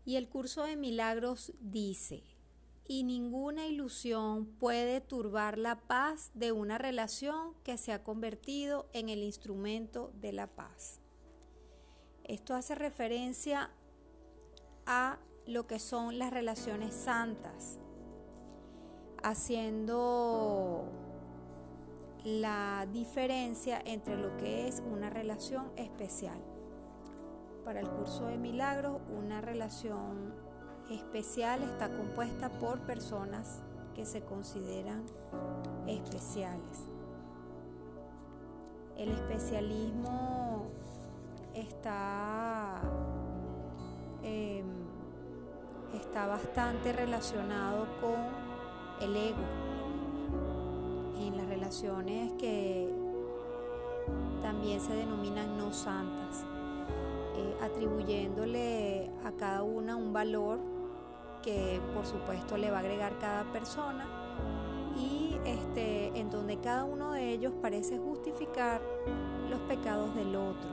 Y el curso de milagros dice: y ninguna ilusión puede turbar la paz de una relación que se ha convertido en el instrumento de la paz. Esto hace referencia a lo que son las relaciones santas, haciendo la diferencia entre lo que es una relación especial. Para el curso de milagros, una relación especial está compuesta por personas que se consideran especiales. El especialismo está bastante relacionado con el ego en las relaciones que también se denominan no santas, atribuyéndole a cada una un valor que por supuesto le va a agregar cada persona y en donde cada uno de ellos parece justificar los pecados del otro.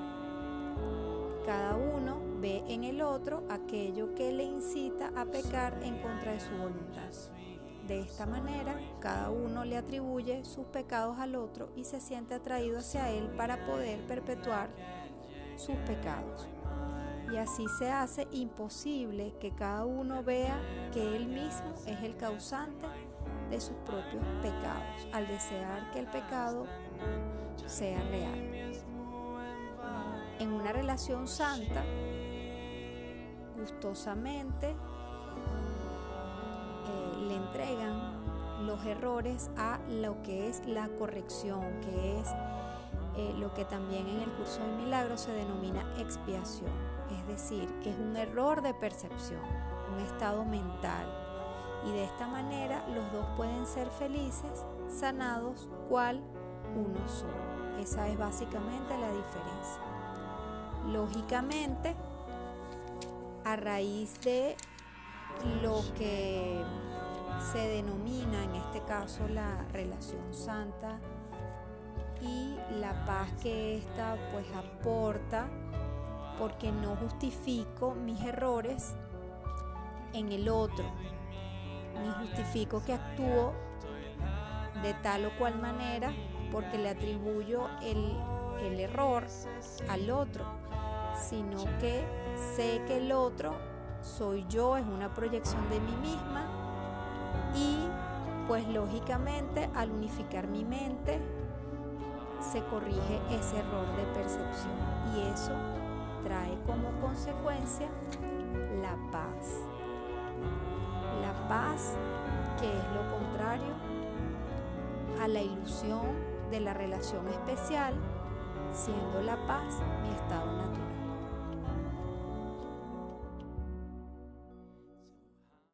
Cada uno ve en el otro aquello que le incita a pecar en contra de su voluntad. De esta manera, cada uno le atribuye sus pecados al otro y se siente atraído hacia él para poder perpetuar sus pecados. Y así se hace imposible que cada uno vea que él mismo es el causante de sus propios pecados, al desear que el pecado sea real. En una relación santa, gustosamente le entregan los errores a lo que es la corrección, que es lo que también en el curso de milagros se denomina expiación. Es decir, es un error de percepción, un estado mental. Y de esta manera los dos pueden ser felices, sanados, cual uno solo. Esa es básicamente la diferencia. Lógicamente, a raíz de lo que se denomina en este caso la relación santa y la paz que ésta pues aporta, porque no justifico mis errores en el otro, ni justifico que actúo de tal o cual manera porque le atribuyo el error al otro, sino que sé que el otro soy yo, es una proyección de mí misma y pues lógicamente al unificar mi mente se corrige ese error de percepción y eso trae como consecuencia la paz. La paz, que es lo contrario a la ilusión de la relación especial, siendo la paz mi estado natural.